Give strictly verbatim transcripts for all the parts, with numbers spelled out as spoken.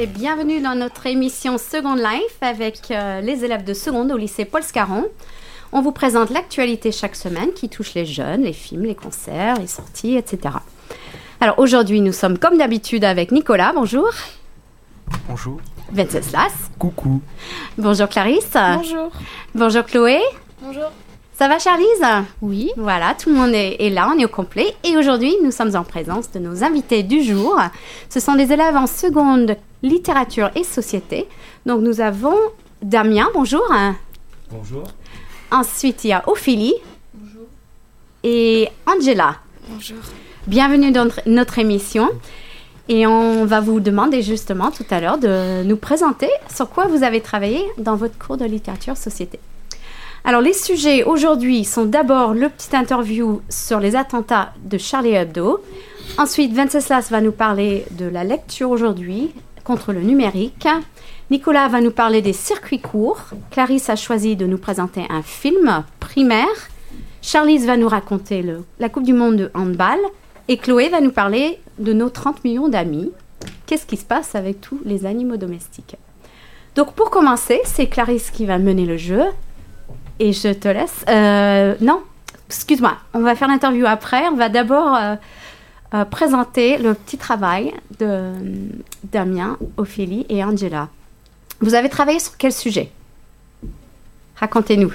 et bienvenue dans notre émission Second Life avec euh, les élèves de seconde au lycée Paul Scarron. On vous présente l'actualité chaque semaine qui touche les jeunes, les films, les concerts, les sorties, et cetera. Alors aujourd'hui, nous sommes comme d'habitude avec Nicolas, bonjour. Bonjour. Venceslas. Coucou. Bonjour Clarisse. Bonjour. Bonjour Chloé. Bonjour. Ça va Charlize ? Oui. Voilà, tout le monde est, est là, on est au complet. Et aujourd'hui, nous sommes en présence de nos invités du jour. Ce sont des élèves en seconde littérature et société. Donc nous avons Damien, bonjour. Bonjour. Ensuite, il y a Ophélie. Bonjour. Et Angela. Bonjour. Bienvenue dans notre, notre émission. Et on va vous demander justement tout à l'heure de nous présenter sur quoi vous avez travaillé dans votre cours de littérature société. Alors, les sujets aujourd'hui sont d'abord le petit interview sur les attentats de Charlie Hebdo. Ensuite, Venceslas va nous parler de la lecture aujourd'hui contre le numérique. Nicolas va nous parler des circuits courts. Clarisse a choisi de nous présenter un film primaire. Charlize va nous raconter le, la Coupe du Monde de handball. Et Chloé va nous parler de nos trente millions d'amis. Qu'est-ce qui se passe avec tous les animaux domestiques ? Donc, pour commencer, c'est Clarisse qui va mener le jeu. Et je te laisse... Euh, non, excuse-moi. On va faire l'interview après. On va d'abord euh, euh, présenter le petit travail de Damien, Ophélie et Angela. Vous avez travaillé sur quel sujet ? Racontez-nous.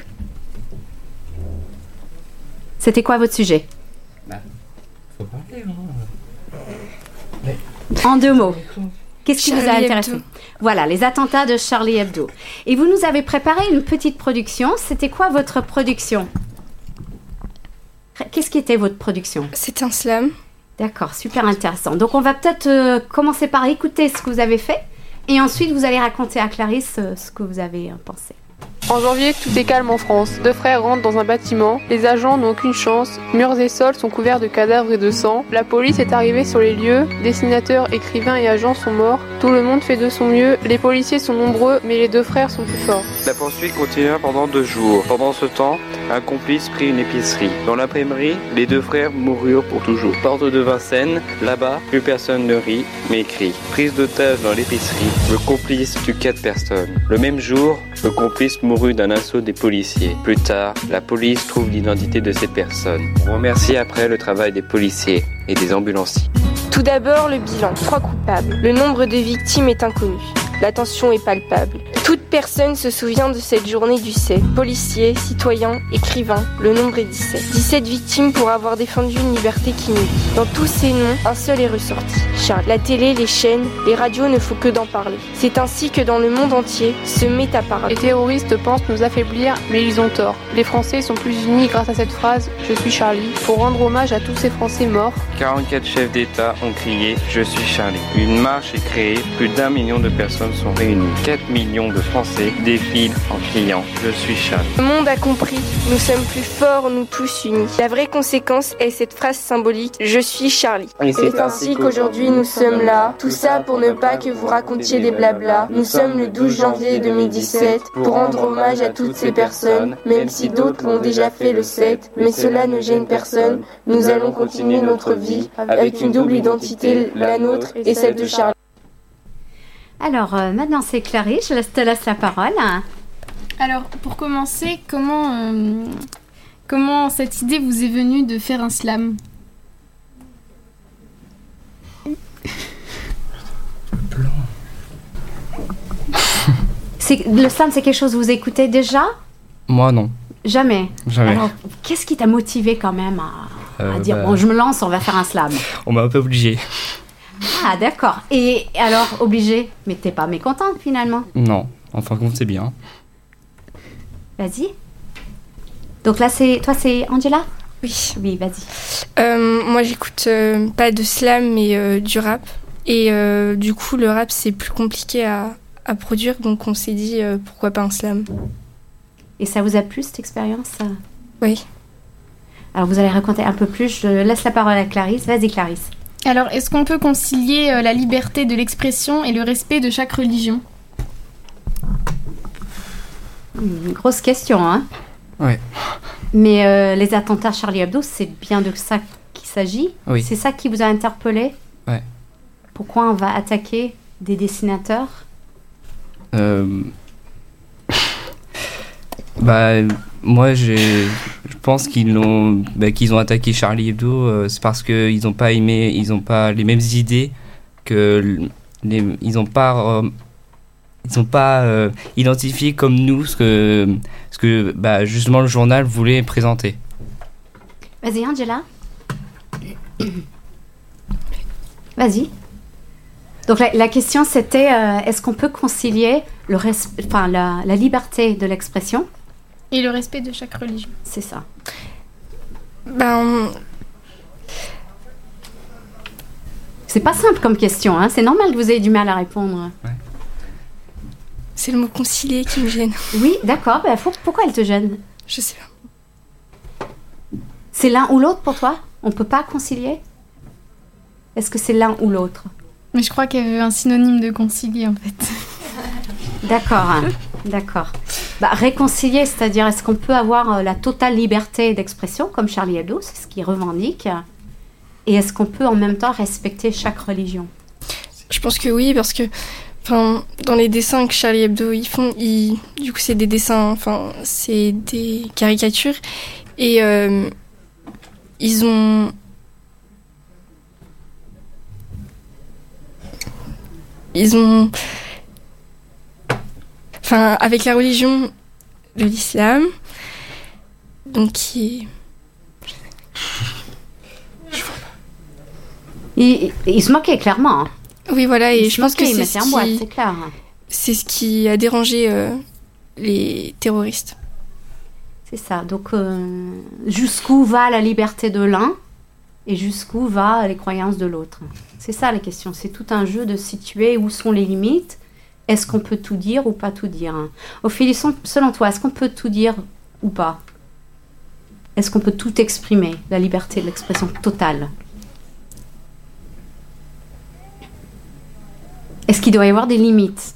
C'était quoi votre sujet ? Bah, faut parler, hein. Mais... En deux mots. Qu'est-ce qui vous a Charlie intéressé ? Hebdo. Voilà, les attentats de Charlie Hebdo. Et vous nous avez préparé une petite production. C'était quoi votre production ? Qu'est-ce qui était votre production ? C'est un slam. D'accord, super intéressant. Donc on va peut-être euh, commencer par écouter ce que vous avez fait. Et ensuite, vous allez raconter à Clarisse euh, ce que vous avez euh, pensé. En janvier, tout est calme en France. Deux frères rentrent dans un bâtiment. Les agents n'ont aucune chance. Murs et sols sont couverts de cadavres et de sang. La police est arrivée sur les lieux. Dessinateurs, écrivains et agents sont morts. Tout le monde fait de son mieux. Les policiers sont nombreux, mais les deux frères sont plus forts. La poursuite continua pendant deux jours. Pendant ce temps, un complice prit une épicerie. Dans l'imprimerie, les deux frères moururent pour toujours. Porte de Vincennes, là-bas, plus personne ne rit, mais crie. Prise d'otage dans l'épicerie, le complice tue quatre personnes. Le même jour, le complice mourut d'un assaut des policiers. Plus tard, la police trouve l'identité de ces personnes. On remercie après le travail des policiers et des ambulanciers. Tout d'abord, le bilan. Trois coupables. Le nombre de victimes est inconnu. La tension est palpable. Toute personne se souvient de cette journée du sept. Policiers, citoyens, écrivains, le nombre est dix-sept. dix-sept victimes pour avoir défendu une liberté qui nous lie. Dans tous ces noms, un seul est ressorti. Charles. La télé, les chaînes, les radios ne font que d'en parler. C'est ainsi que dans le monde entier se met à parler. Les terroristes pensent nous affaiblir, mais ils ont tort. Les Français sont plus unis grâce à cette phrase « Je suis Charlie » pour rendre hommage à tous ces Français morts. quarante-quatre chefs d'État ont crié « Je suis Charlie ». Une marche est créée, plus d'un million de personnes sont réunies. quatre millions de Français défilent en criant « Je suis Charlie ». Le monde a compris, nous sommes plus forts, nous tous unis. La vraie conséquence est cette phrase symbolique « Je suis Charlie ». Et C'est ainsi qu'aujourd'hui nous sommes là, tout ça pour ne pas que vous racontiez des blablas. Nous sommes le douze janvier deux mille dix-sept pour rendre hommage à toutes ces personnes, même si d'autres l'ont déjà fait le sept, mais cela ne gêne personne. Nous allons continuer notre vie avec une double identité, la nôtre et celle de Charlie. Alors, euh, maintenant, c'est Clarisse. Je laisse- te laisse la parole. Alors, pour commencer, comment, euh, comment cette idée vous est venue de faire un slam ? C'est, le slam, c'est quelque chose que vous écoutez déjà ? Moi, non. Jamais. Jamais. Alors, qu'est-ce qui t'a motivé quand même à, à Euh, dire bah, bon, je me lance, on va faire un slam. On m'a un peu obligé. Ah, d'accord. Et alors, obligé. Mais t'es pas mécontente finalement. Non. En fin de compte, c'est bien. Vas-y. Donc là, c'est toi, c'est Angela ? Oui. Oui, vas-y. Euh, moi, j'écoute euh, pas de slam, mais euh, du rap. Et euh, du coup, le rap, c'est plus compliqué à, à produire, donc on s'est dit euh, pourquoi pas un slam. Et ça vous a plu cette expérience ? Oui. Alors, vous allez raconter un peu plus. Je laisse la parole à Clarisse. Vas-y, Clarisse. Alors, est-ce qu'on peut concilier euh, la liberté de l'expression et le respect de chaque religion ? Une grosse question, hein ? Ouais. Mais euh, les attentats Charlie Hebdo, c'est bien de ça qu'il s'agit ? Oui. C'est ça qui vous a interpellé ? Ouais. Pourquoi on va attaquer des dessinateurs? Euh... bah, moi, j'ai... je pense qu'ils ont, bah, qu'ils ont attaqué Charlie Hebdo, euh, c'est parce qu'ils n'ont pas aimé, ils n'ont pas les mêmes idées que les, ils n'ont pas, euh, ils ont pas euh, identifié comme nous ce que, ce que bah, justement le journal voulait présenter. Vas-y, Angela. Vas-y. Donc la, la question c'était euh, est-ce qu'on peut concilier le res- enfin, la, la liberté de l'expression et le respect de chaque religion? C'est ça. Ben, c'est pas simple comme question, hein. C'est normal que vous ayez du mal à répondre. Ouais. c'est le mot concilier qui me gêne. Oui, d'accord. Ben, faut, pourquoi elle te gêne? Je sais pas. C'est l'un ou l'autre pour toi? On peut pas concilier? Est-ce que c'est l'un ou l'autre? Mais je crois qu'elle veut un synonyme de concilier en fait. D'accord, hein. D'accord. Bah, réconcilier, c'est-à-dire est-ce qu'on peut avoir euh, la totale liberté d'expression comme Charlie Hebdo, c'est ce qu'il revendique, et est-ce qu'on peut en même temps respecter chaque religion? Je pense que oui, parce que enfin, dans les dessins que Charlie Hebdo ils font, ils, du coup c'est des dessins, enfin c'est des caricatures, et euh, ils ont ils ont enfin avec la religion de l'islam, donc qui Il, il se moquait clairement. Hein. oui voilà, et Il je se pense que moquait, il c'est mettait ce en boîte, qui c'est clair. c'est ce qui a dérangé euh, les terroristes. C'est ça. Donc, euh, jusqu'où va la liberté de l'un et jusqu'où va les croyances de l'autre? C'est ça la question. C'est tout un jeu de situer où sont les limites. Est-ce qu'on peut tout dire ou pas tout dire? Ophélie, selon toi, est-ce qu'on peut tout dire ou pas? Est-ce qu'on peut tout exprimer? La liberté de l'expression totale? Est-ce qu'il doit y avoir des limites?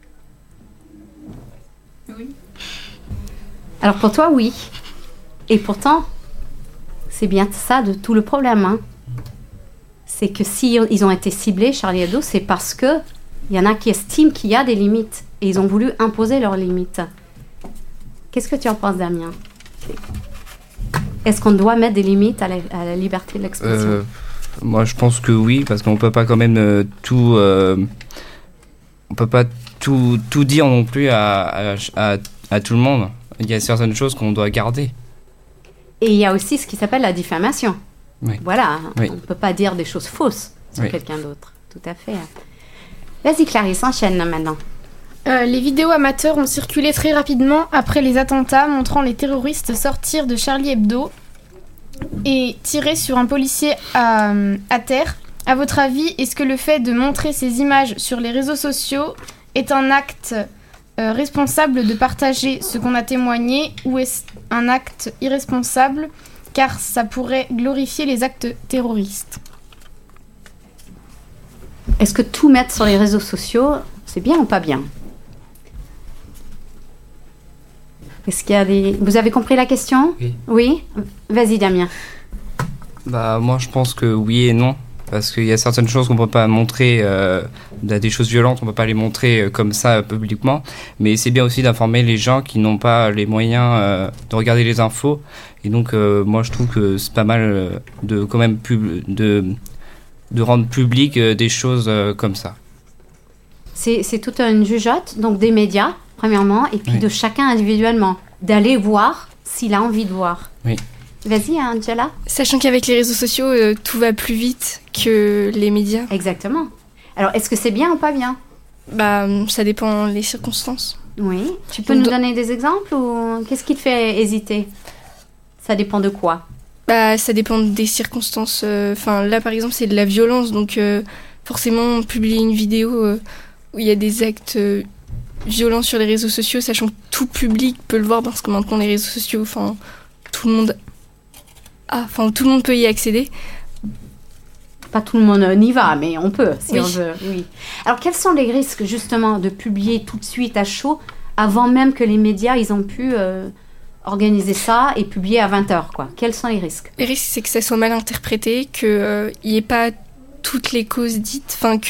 Oui. Alors pour toi, oui. Et pourtant, c'est bien ça de tout le problème. Hein. C'est que si ils ont été ciblés, Charlie Hebdo, c'est parce que il y en a qui estiment qu'il y a des limites et ils ont voulu imposer leurs limites. Qu'est-ce que tu en penses, Damien? Est-ce qu'on doit mettre des limites à la, à la liberté de l'expression? Euh, moi, je pense que oui, parce qu'on peut pas quand même euh, tout, euh, on peut pas tout, tout dire non plus à, à, à, à tout le monde. Il y a certaines choses qu'on doit garder. Et il y a aussi ce qui s'appelle la diffamation. Oui. Voilà, Oui. on ne peut pas dire des choses fausses sur Oui. quelqu'un d'autre. Tout à fait. Vas-y Clarisse, enchaîne maintenant. Euh, les vidéos amateurs ont circulé très rapidement après les attentats montrant les terroristes sortir de Charlie Hebdo et tirer sur un policier à, à terre. À votre avis, est-ce que le fait de montrer ces images sur les réseaux sociaux est un acte euh, responsable de partager ce qu'on a témoigné ou est-ce un acte irresponsable car ça pourrait glorifier les actes terroristes? Est-ce que tout mettre sur les réseaux sociaux, c'est bien ou pas bien? Est-ce qu'il y a des... Vous avez compris la question? Oui. Oui? Vas-y Damien. Bah, moi, je pense que oui et non. Parce qu'il y a certaines choses qu'on peut pas montrer, euh, des choses violentes, on peut pas les montrer euh, comme ça euh, publiquement. Mais c'est bien aussi d'informer les gens qui n'ont pas les moyens euh, de regarder les infos. Et donc, euh, moi, je trouve que c'est pas mal euh, de quand même pub- de de rendre public euh, des choses euh, comme ça. C'est, c'est toute une jugeote, donc des médias, premièrement, et puis Oui. de chacun individuellement, d'aller voir s'il a envie de voir. Oui. Vas-y Angela. Sachant qu'avec les réseaux sociaux, euh, tout va plus vite que les médias. Exactement. Alors, est-ce que c'est bien ou pas bien? Bah, ça dépend des circonstances. Oui. Tu peux On nous do- donner des exemples ou qu'est-ce qui te fait hésiter? Ça dépend de quoi? Bah, ça dépend des circonstances. Enfin, là, par exemple, c'est de la violence, donc euh, forcément, publier une vidéo euh, où il y a des actes euh, violents sur les réseaux sociaux, sachant que tout public peut le voir, parce que maintenant, les réseaux sociaux, enfin, tout le monde a, enfin, tout le monde peut y accéder. Pas tout le monde n'y va, mais on peut, si Oui. on veut. Oui. Alors, quels sont les risques, justement, de publier tout de suite à chaud, avant même que les médias, ils ont pu euh, organiser ça et publier à vingt heures, quoi? Quels sont les risques? Le risque, c'est que ça soit mal interprété, qu'il n'y ait pas toutes les causes dites, enfin, que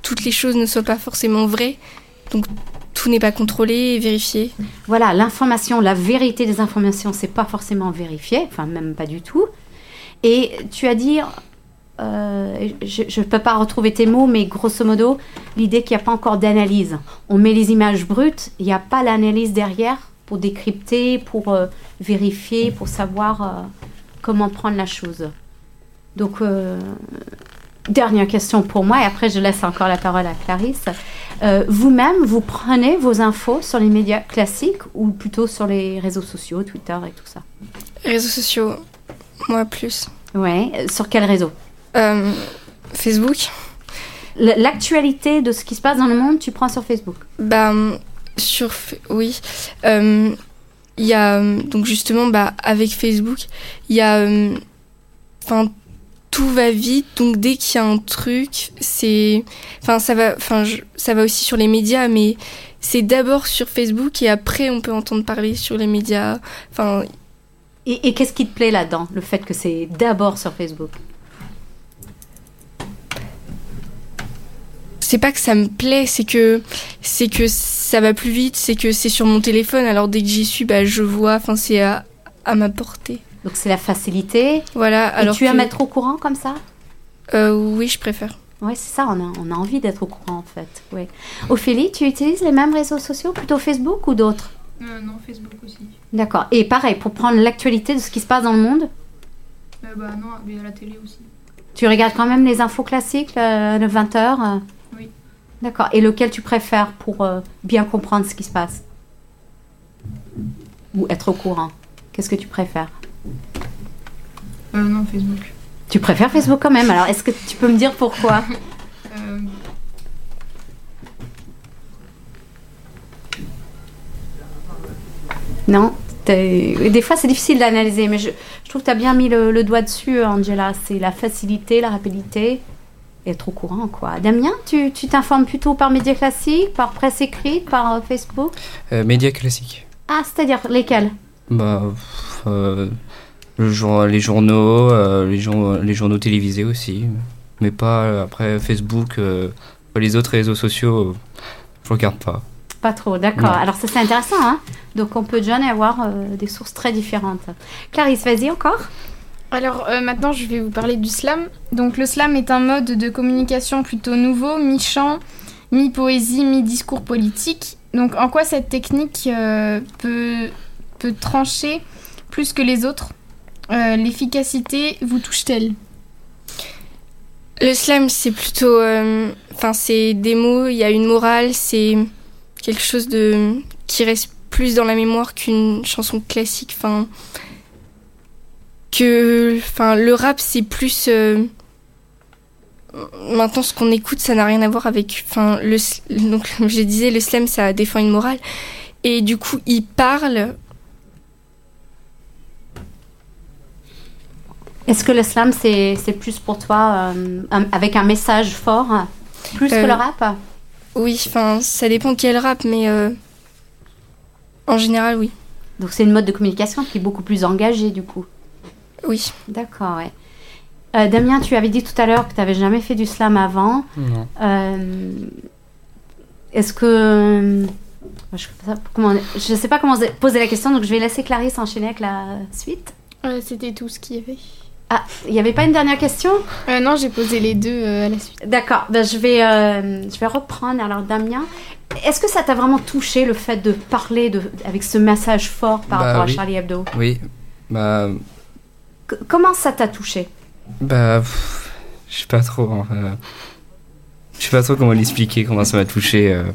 toutes les choses ne soient pas forcément vraies. Donc tout n'est pas contrôlé et vérifié. Voilà, l'information, la vérité des informations, c'est pas forcément vérifié, enfin même pas du tout. Et tu as dit, euh, je ne peux pas retrouver tes mots, mais grosso modo, l'idée qu'il n'y a pas encore d'analyse. On met les images brutes, il n'y a pas l'analyse derrière pour décrypter, pour euh, vérifier, pour savoir euh, comment prendre la chose. Donc, euh, dernière question pour moi, et après je laisse encore la parole à Clarisse. Euh, vous-même, vous prenez vos infos sur les médias classiques ou plutôt sur les réseaux sociaux, Twitter et tout ça? Réseaux sociaux, moi plus. Ouais, sur quel réseau? euh, Facebook. L- L'actualité de ce qui se passe dans le monde, tu prends sur Facebook? Bah, sur... Oui. Il euh, y a... Donc justement, bah, avec Facebook, il y a... Enfin... Euh, tout va vite, donc dès qu'il y a un truc, c'est, enfin ça va, enfin je... ça va aussi sur les médias, mais c'est d'abord sur Facebook et après on peut entendre parler sur les médias. Enfin. Et, et qu'est-ce qui te plaît là-dedans, le fait que c'est d'abord sur Facebook? C'est pas que ça me plaît, c'est que c'est que ça va plus vite, c'est que c'est sur mon téléphone. Alors dès que j'y suis, bah je vois, enfin c'est à, à ma portée. Donc c'est la facilité. Voilà. Et alors tu que... aimes être au courant comme ça? euh, Oui, je préfère. Oui, c'est ça, on a, on a envie d'être au courant en fait. Ouais. Ophélie, tu utilises les mêmes réseaux sociaux, plutôt Facebook ou d'autres? euh, Non, Facebook aussi. D'accord. Et pareil, pour prendre l'actualité de ce qui se passe dans le monde? euh, Bah non, mais à la télé aussi. Tu regardes quand même les infos classiques, le, le vingt heures? Oui. D'accord. Et lequel tu préfères pour euh, bien comprendre ce qui se passe? Ou être au courant? Qu'est-ce que tu préfères? Euh, non, Facebook. Tu préfères Facebook quand même. Alors, est-ce que tu peux me dire pourquoi? euh... Non, des fois c'est difficile d'analyser, mais je, je trouve que tu as bien mis le, le doigt dessus, Angela. C'est la facilité, la rapidité, et être au courant, quoi. Damien, tu, tu t'informes plutôt par médias classiques, par presse écrite, par Facebook? euh, Médias classiques. Ah, c'est-à-dire lesquels? Bah, euh, le jour, les journaux, euh, les, jour, les journaux télévisés aussi, mais pas euh, après Facebook, euh, les autres réseaux sociaux, euh, je regarde pas. Pas trop, d'accord. Non. Alors ça c'est intéressant, hein. Donc on peut déjà avoir euh, des sources très différentes. Clarisse, vas-y encore. Alors euh, maintenant je vais vous parler du slam. Donc le slam est un mode de communication plutôt nouveau, mi-chant, mi-poésie, mi-discours politique. Donc en quoi cette technique euh, peut, peut trancher plus que les autres? Euh, l'efficacité vous touche-t-elle? Le slam, c'est plutôt... Enfin, euh, c'est des mots, il y a une morale, c'est quelque chose de qui reste plus dans la mémoire qu'une chanson classique. Enfin, que... Enfin, le rap, c'est plus... Euh, maintenant, ce qu'on écoute, ça n'a rien à voir avec... Enfin, le... Donc, comme je disais, le slam, ça défend une morale. Et du coup, il parle... Est-ce que le slam, c'est, c'est plus pour toi, euh, un, avec un message fort, plus euh, que le rap? Oui, enfin, ça dépend quel rap, mais euh, en général, oui. Donc c'est une mode de communication qui est beaucoup plus engagée, du coup? Oui. D'accord, ouais. Euh, Damien, tu avais dit tout à l'heure que tu n'avais jamais fait du slam avant. Non. Euh, est-ce que... Je ne sais pas comment poser la question, donc je vais laisser Clarisse enchaîner avec la suite. Euh, c'était tout ce qu'il y avait. Ah, il n'y avait pas une dernière question? euh, Non, j'ai posé les deux euh, à la suite. D'accord, ben, je, vais, euh, je vais reprendre. Alors, Damien, est-ce que ça t'a vraiment touché, le fait de parler de, avec ce message fort par bah, rapport oui. à Charlie Hebdo? Oui. Bah... C- comment ça t'a touché? Bah, pff, je sais pas trop. Enfin, je sais pas trop comment l'expliquer, comment ça m'a touché. Euh.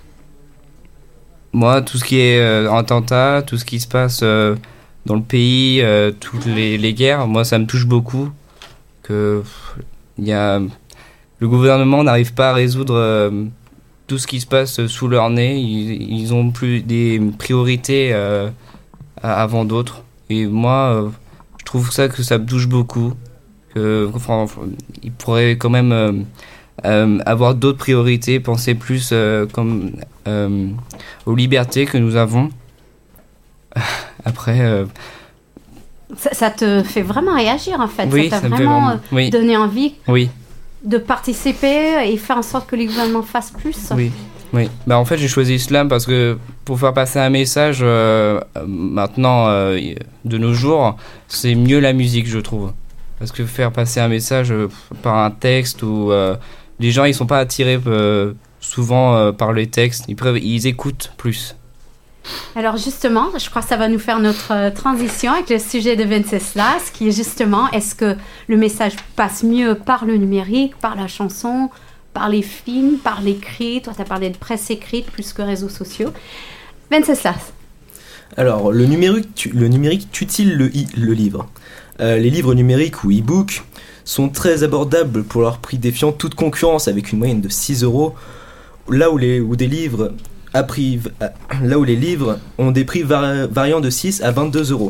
Moi, tout ce qui est euh, attentat, tout ce qui se passe... Euh, dans le pays, euh, toutes les, les guerres, moi ça me touche beaucoup que pff, y a, le gouvernement n'arrive pas à résoudre euh, tout ce qui se passe sous leur nez. Ils, ils ont plus des priorités euh, avant d'autres. Et moi, euh, je trouve ça que ça me touche beaucoup. Que, enfin, ils pourraient quand même euh, euh, avoir d'autres priorités, penser plus euh, comme euh, aux libertés que nous avons. Après, euh... ça, ça te fait vraiment réagir en fait. Oui, ça t'a ça me vraiment, fait vraiment... Oui. donné envie. Oui. de participer et faire en sorte que les gouvernements fassent plus. Oui. Oui, bah en fait j'ai choisi Slam parce que pour faire passer un message euh, maintenant euh, de nos jours, c'est mieux la musique je trouve. Parce que faire passer un message euh, par un texte ou euh, les gens ils sont pas attirés euh, souvent euh, par les textes, ils, peuvent, ils écoutent plus. Alors justement, je crois que ça va nous faire notre euh, transition avec le sujet de Venceslas, qui est justement, est-ce que le message passe mieux par le numérique, par la chanson, par les films, par l'écrit? Toi, tu as parlé de presse écrite plus que réseaux sociaux. Venceslas. Alors, le numérique, tu, le numérique tue-t-il le, le livre ? euh, Les livres numériques ou e-books sont très abordables pour leur prix défiant toute concurrence avec une moyenne de six euros, là où, les, où des livres à prix, là où les livres ont des prix vari, variant de six à vingt-deux euros.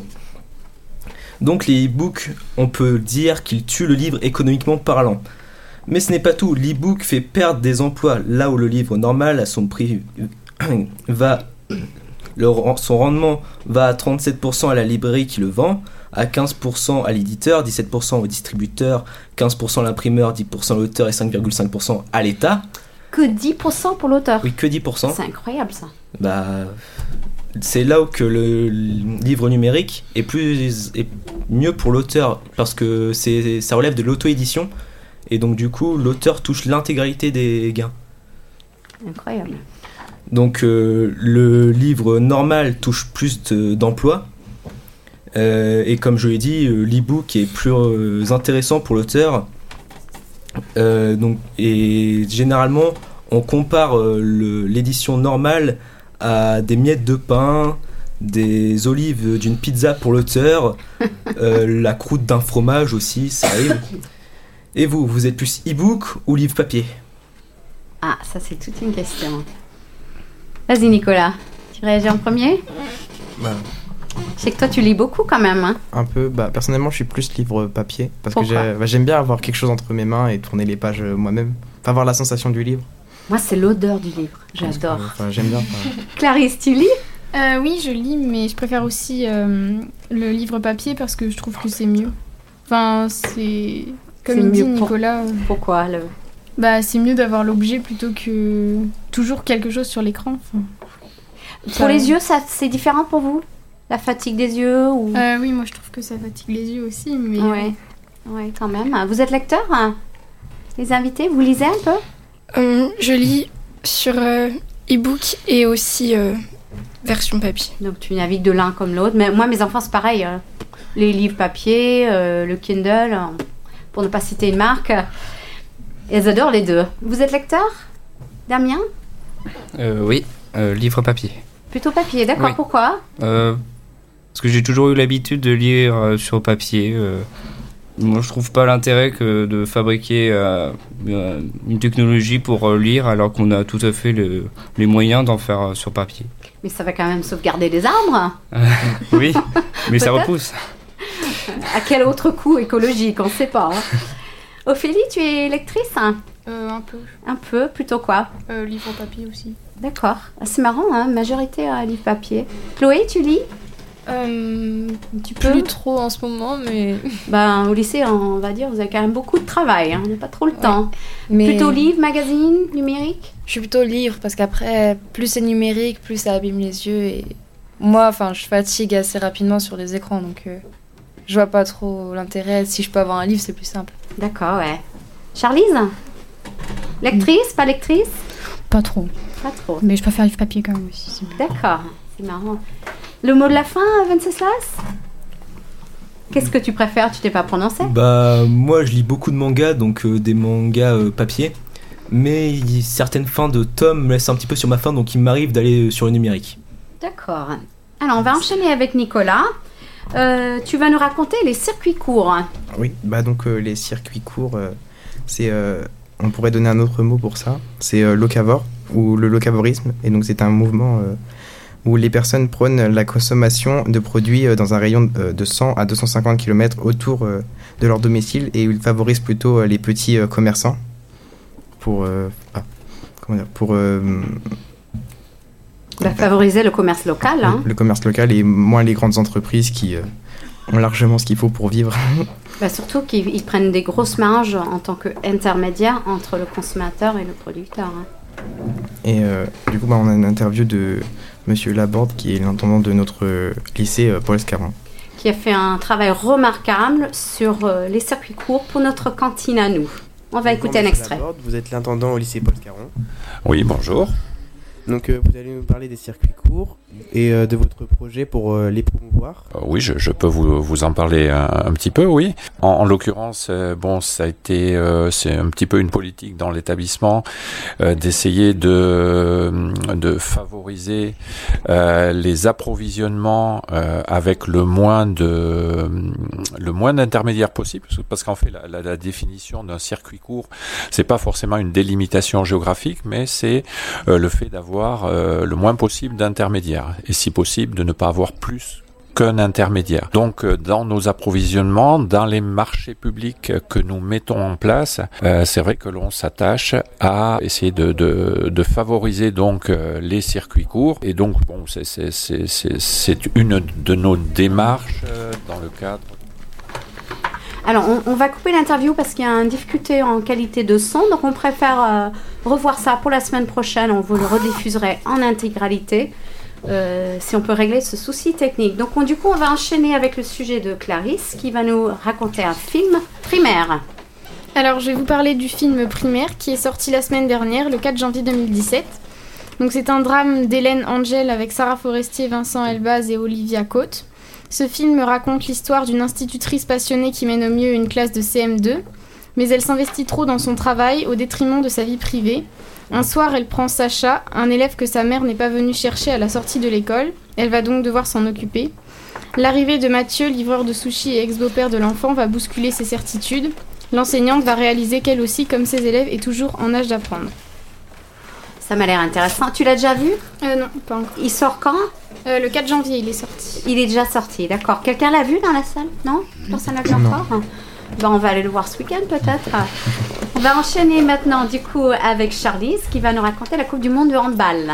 Donc les e-books, on peut dire qu'ils tuent le livre économiquement parlant. Mais ce n'est pas tout, l'e-book fait perdre des emplois, là où le livre normal, à son prix, va, le, son rendement va à trente-sept pour cent à la librairie qui le vend, à quinze pour cent à l'éditeur, dix-sept pour cent au distributeur, quinze pour cent à l'imprimeur, dix pour cent à l'auteur et cinq virgule cinq pour cent à l'État. Que dix pour cent pour l'auteur? Oui, que dix pour cent. C'est incroyable ça. Bah, c'est là où que le livre numérique est, plus, est mieux pour l'auteur, parce que c'est, ça relève de l'auto-édition. Et donc du coup, l'auteur touche l'intégralité des gains. Incroyable. Donc euh, le livre normal touche plus de, d'emplois. Euh, et comme je l'ai dit, euh, l'e-book est plus euh, intéressant pour l'auteur. Euh, donc, et généralement, on compare euh, le, l'édition normale à des miettes de pain, des olives d'une pizza pour l'auteur, euh, la croûte d'un fromage aussi, ça arrive. Et vous, vous êtes plus e-book ou livre papier? Ah, ça c'est toute une question. Vas-y Nicolas, tu réagis en premier? Bah, je sais que toi tu lis beaucoup quand même. Hein. Un peu, bah, personnellement je suis plus livre papier. Parce Pourquoi? que j'ai, bah, j'aime bien avoir quelque chose entre mes mains et tourner les pages moi-même. Enfin, avoir la sensation du livre. Moi c'est l'odeur du livre, j'adore. Que, enfin, j'aime bien. Enfin... Clarisse, tu lis? euh, Oui, je lis, mais je préfère aussi euh, le livre papier parce que je trouve que c'est mieux. Enfin, c'est... Comme c'est il dit pour... Nicolas. Euh... Pourquoi le... Bah, c'est mieux d'avoir l'objet plutôt que toujours quelque chose sur l'écran. Enfin, pour ça... les yeux, ça, c'est différent pour vous? La fatigue des yeux ou... euh, Oui, moi je trouve que ça fatigue les yeux aussi. Mais... Ouais, ouais, quand même. Vous êtes lecteur? Hein? Les invités, vous lisez un peu? euh, Je lis sur euh, e-book et aussi euh, version papier. Donc tu navigues de l'un comme l'autre. Mais moi, mes enfants, c'est pareil. Euh, les livres papier, euh, le Kindle... Euh, pour ne pas citer une marque. Elles adorent les deux. Vous êtes lecteur, Damien? euh, Oui, euh, livre papier. Plutôt papier, d'accord. Oui. Pourquoi? euh, Parce que j'ai toujours eu l'habitude de lire euh, sur papier. Euh, moi, je trouve pas l'intérêt que de fabriquer euh, une technologie pour euh, lire alors qu'on a tout à fait le, les moyens d'en faire euh, sur papier. Mais ça va quand même sauvegarder des arbres. Oui, mais ça repousse. À quel autre coût écologique? On ne sait pas. Hein. Ophélie, tu es lectrice? Hein? euh, Un peu. Un peu, plutôt quoi? euh, Livre papier aussi. D'accord. C'est marrant, hein, majorité à livre papier. Chloé, tu lis? euh, Tu peux? Plus trop en ce moment, mais... Ben, au lycée, on va dire, vous avez quand même beaucoup de travail. Hein, on n'a pas trop le ouais. temps. Mais... Plutôt livre, magazine, numérique? Je suis plutôt livre, parce qu'après, plus c'est numérique, plus ça abîme les yeux. Et moi, enfin, je fatigue assez rapidement sur les écrans, donc... Euh... Je vois pas trop l'intérêt. Si je peux avoir un livre, c'est plus simple. D'accord, ouais. Charlize? Lectrice, mmh. pas lectrice? Pas trop. Pas trop. Mais je préfère livre papier quand même aussi. D'accord, c'est marrant. Le mot de la fin, Venceslas? Qu'est-ce que tu préfères? Tu t'es pas prononcé? Bah, moi je lis beaucoup de mangas, donc euh, des mangas euh, papier. Mais y, certaines fins de tomes me laissent un petit peu sur ma faim, donc il m'arrive d'aller sur le numérique. D'accord. Alors, on va enchaîner avec Nicolas. Euh, tu vas nous raconter les circuits courts. Oui, bah donc euh, les circuits courts, euh, c'est, euh, on pourrait donner un autre mot pour ça, c'est euh, locavore ou le locavorisme, et donc c'est un mouvement euh, où les personnes prônent la consommation de produits euh, dans un rayon euh, de cent à deux cent cinquante kilomètres autour euh, de leur domicile, et ils favorisent plutôt euh, les petits euh, commerçants pour, euh, ah, comment dire, pour euh, Bah, favoriser le commerce local. Hein. Le commerce local et moins les grandes entreprises qui euh, ont largement ce qu'il faut pour vivre. Bah surtout qu'ils ils prennent des grosses marges en tant qu'intermédiaire entre le consommateur et le producteur. Hein. Et euh, du coup, bah, on a une interview de Monsieur Laborde, qui est l'intendant de notre euh, lycée euh, Paul Scarron. Qui a fait un travail remarquable sur euh, les circuits courts pour notre cantine à nous. On va écouter un extrait. Laborde, vous êtes l'intendant au lycée Paul Scarron. Oui, bonjour. Donc euh, vous allez nous parler des circuits courts et euh, de votre projet pour euh, les promouvoir. Euh, oui, je, je peux vous, vous en parler un, un petit peu, oui. En, en l'occurrence, euh, bon, ça a été, euh, c'est un petit peu une politique dans l'établissement euh, d'essayer de, de favoriser euh, les approvisionnements euh, avec le moins de, le moins d'intermédiaires possible, parce qu'en fait, la, la, la définition d'un circuit court, c'est pas forcément une délimitation géographique, mais c'est euh, le fait d'avoir Euh, le moins possible d'intermédiaires et si possible de ne pas avoir plus qu'un intermédiaire. Donc euh, dans nos approvisionnements, dans les marchés publics que nous mettons en place, euh, c'est vrai que l'on s'attache à essayer de, de, de favoriser donc euh, les circuits courts et donc bon c'est, c'est, c'est, c'est, c'est une de nos démarches euh, dans le cadre. Alors, on, on va couper l'interview parce qu'il y a une difficulté en qualité de son, donc on préfère euh, revoir ça pour la semaine prochaine. On vous le rediffuserait en intégralité, euh, si on peut régler ce souci technique. Donc, on, du coup, on va enchaîner avec le sujet de Clarisse, qui va nous raconter un film primaire. Alors, je vais vous parler du film Primaire, qui est sorti la semaine dernière, le quatre janvier deux mille dix-sept. Donc, c'est un drame d'Hélène Angel avec Sarah Forestier, Vincent Elbaz et Olivia Cotte. Ce film raconte l'histoire d'une institutrice passionnée qui mène au mieux une classe de C M deux, mais elle s'investit trop dans son travail au détriment de sa vie privée. Un soir, elle prend Sacha, un élève que sa mère n'est pas venue chercher à la sortie de l'école. Elle va donc devoir s'en occuper. L'arrivée de Mathieu, livreur de sushis et ex-beau-père de l'enfant, va bousculer ses certitudes. L'enseignante va réaliser qu'elle aussi, comme ses élèves, est toujours en âge d'apprendre. Ça m'a l'air intéressant. Tu l'as déjà vu ? Euh, non, pas encore. Il sort quand ? euh, Le quatre janvier, il est sorti. Il est déjà sorti, d'accord. Quelqu'un l'a vu dans la salle ? Non ? Personne n'a vu encore ? Ben, on va aller le voir ce week-end peut-être. On va enchaîner maintenant du coup avec Charlize qui va nous raconter la Coupe du Monde de handball.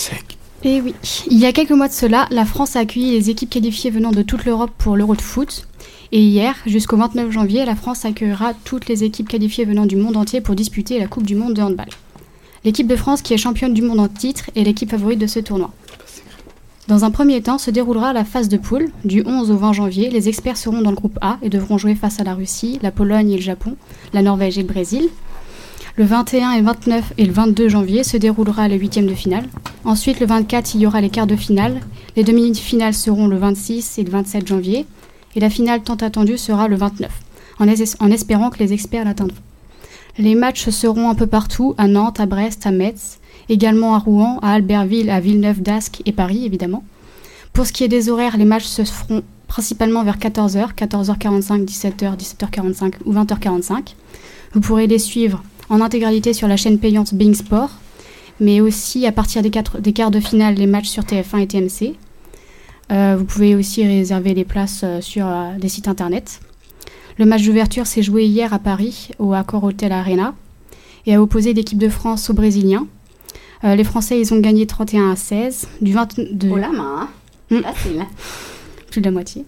Et oui, il y a quelques mois de cela, la France a accueilli les équipes qualifiées venant de toute l'Europe pour l'Euro de foot. Et hier, jusqu'au vingt-neuf janvier, la France accueillera toutes les équipes qualifiées venant du monde entier pour disputer la Coupe du Monde de handball. L'équipe de France, qui est championne du monde en titre, est l'équipe favorite de ce tournoi. Dans un premier temps, se déroulera la phase de poule. Du onze au vingt janvier, les experts seront dans le groupe A et devront jouer face à la Russie, la Pologne et le Japon, la Norvège et le Brésil. Le vingt et un et vingt-neuf et le vingt-deux janvier se déroulera les huitièmes de finale. Ensuite, le vingt-quatre, il y aura les quarts de finale. Les demi-finales seront le vingt-six et le vingt-sept janvier. Et la finale tant attendue sera le vingt-neuf, en, es- en espérant que les experts l'atteindront. Les matchs seront un peu partout, à Nantes, à Brest, à Metz, également à Rouen, à Albertville, à Villeneuve d'Ascq et Paris, évidemment. Pour ce qui est des horaires, les matchs se feront principalement vers quatorze heures, quatorze heures quarante-cinq, dix-sept heures, dix-sept heures quarante-cinq ou vingt heures quarante-cinq. Vous pourrez les suivre en intégralité sur la chaîne payante Being Sport, mais aussi à partir des, quatre, des quarts de finale, les matchs sur T F un et T M C. Euh, vous pouvez aussi réserver les places euh, sur euh, des sites internet. Le match d'ouverture s'est joué hier à Paris, au Accor Hotel Arena, et a opposé l'équipe de France aux Brésiliens. Euh, les Français, ils ont gagné trente et un à seize. Du vingt-deux... Oh la main, hein mmh. Facile. Plus de la moitié.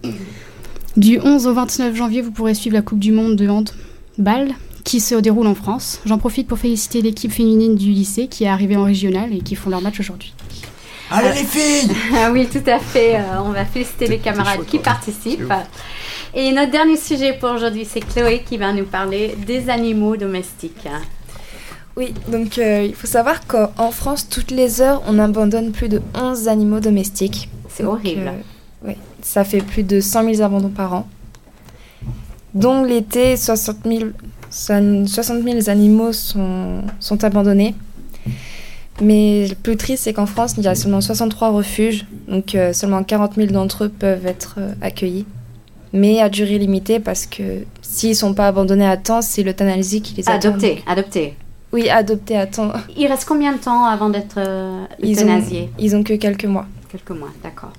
Du onze au vingt-neuf janvier, vous pourrez suivre la Coupe du Monde de handball qui se déroule en France. J'en profite pour féliciter l'équipe féminine du lycée qui est arrivée en régional et qui font leur match aujourd'hui. Allez les filles! Ah oui, tout à fait. Euh, on va féliciter les camarades qui participent. Et notre dernier sujet pour aujourd'hui, c'est Chloé qui va nous parler des animaux domestiques. Oui, donc euh, il faut savoir qu'en France, toutes les heures, on abandonne plus de onze animaux domestiques. C'est donc, horrible. Euh, oui, ça fait plus de cent mille abandons par an. Dont l'été, soixante mille animaux sont, sont abandonnés. Mais le plus triste, c'est qu'en France, il y a seulement soixante-trois refuges, donc euh, seulement quarante mille d'entre eux peuvent être euh, accueillis. Mais à durée limitée, parce que s'ils ne sont pas abandonnés à temps, c'est l'euthanasie qui les attend. Adoptés, donc... adoptés. Oui, adoptés à temps. Il reste combien de temps avant d'être euh, euthanasiés ? Ils ont que quelques mois. Quelques mois, d'accord.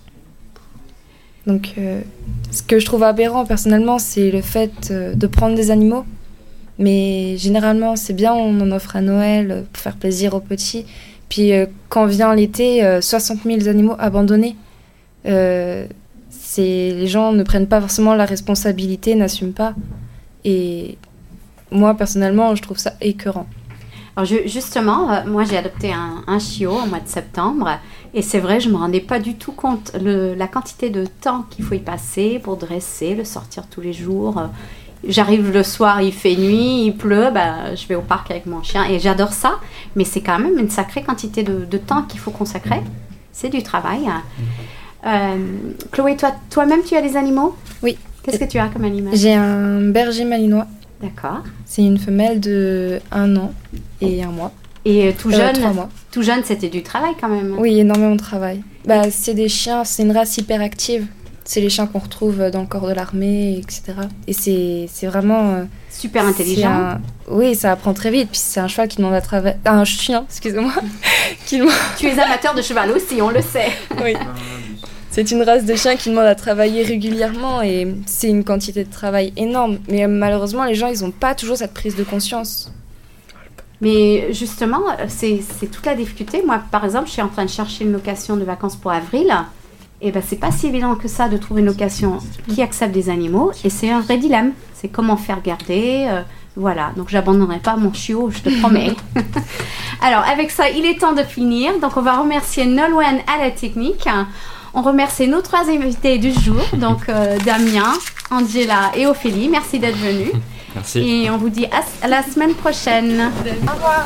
Donc, euh, ce que je trouve aberrant, personnellement, c'est le fait euh, de prendre des animaux. Mais généralement, c'est bien, on en offre à Noël euh, pour faire plaisir aux petits. Puis, euh, quand vient l'été, euh, soixante mille animaux abandonnés. Euh, c'est, les gens ne prennent pas forcément la responsabilité, n'assument pas. Et moi, personnellement, je trouve ça écœurant. Alors je, justement, euh, moi j'ai adopté un, un chiot au mois de septembre et c'est vrai, je ne me rendais pas du tout compte le, la quantité de temps qu'il faut y passer pour dresser, le sortir tous les jours. Euh, J'arrive le soir, il fait nuit, il pleut, bah, je vais au parc avec mon chien et j'adore ça, mais c'est quand même une sacrée quantité de, de temps qu'il faut consacrer. C'est du travail. Euh, Chloé, toi, toi-même tu as des animaux ? Oui. Qu'est-ce que tu as comme animal ? J'ai un berger malinois. D'accord. C'est une femelle de un an et un mois. Et euh, tout jeune, euh, trois mois. Tout jeune, c'était du travail quand même. Oui, énormément de travail. Bah, c'est des chiens, c'est une race hyper active. C'est les chiens qu'on retrouve dans le corps de l'armée, et cetera. Et c'est, c'est vraiment... Euh, super intelligent. Un... Oui, ça apprend très vite. Puis c'est un cheval qui demande à travailler... Ah, un chien, excusez-moi. qui demande... Tu es amateur de cheval aussi, on le sait. Oui. C'est une race de chien qui demande à travailler régulièrement et c'est une quantité de travail énorme. Mais malheureusement, les gens, ils n'ont pas toujours cette prise de conscience. Mais justement, c'est, c'est toute la difficulté. Moi, par exemple, je suis en train de chercher une location de vacances pour avril. Et ben, c'est pas si évident que ça de trouver une location qui accepte des animaux. Et c'est un vrai dilemme. C'est comment faire garder. Euh, voilà. Donc, j'abandonnerai pas mon chiot, je te promets. Alors, avec ça, il est temps de finir. Donc, on va remercier Nolwenn à la technique. On remercie nos trois invités du jour, donc euh, Damien, Angela et Ophélie. Merci d'être venus. Merci. Et on vous dit à, à la semaine prochaine. Au revoir.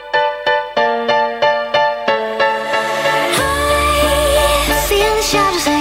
Shadows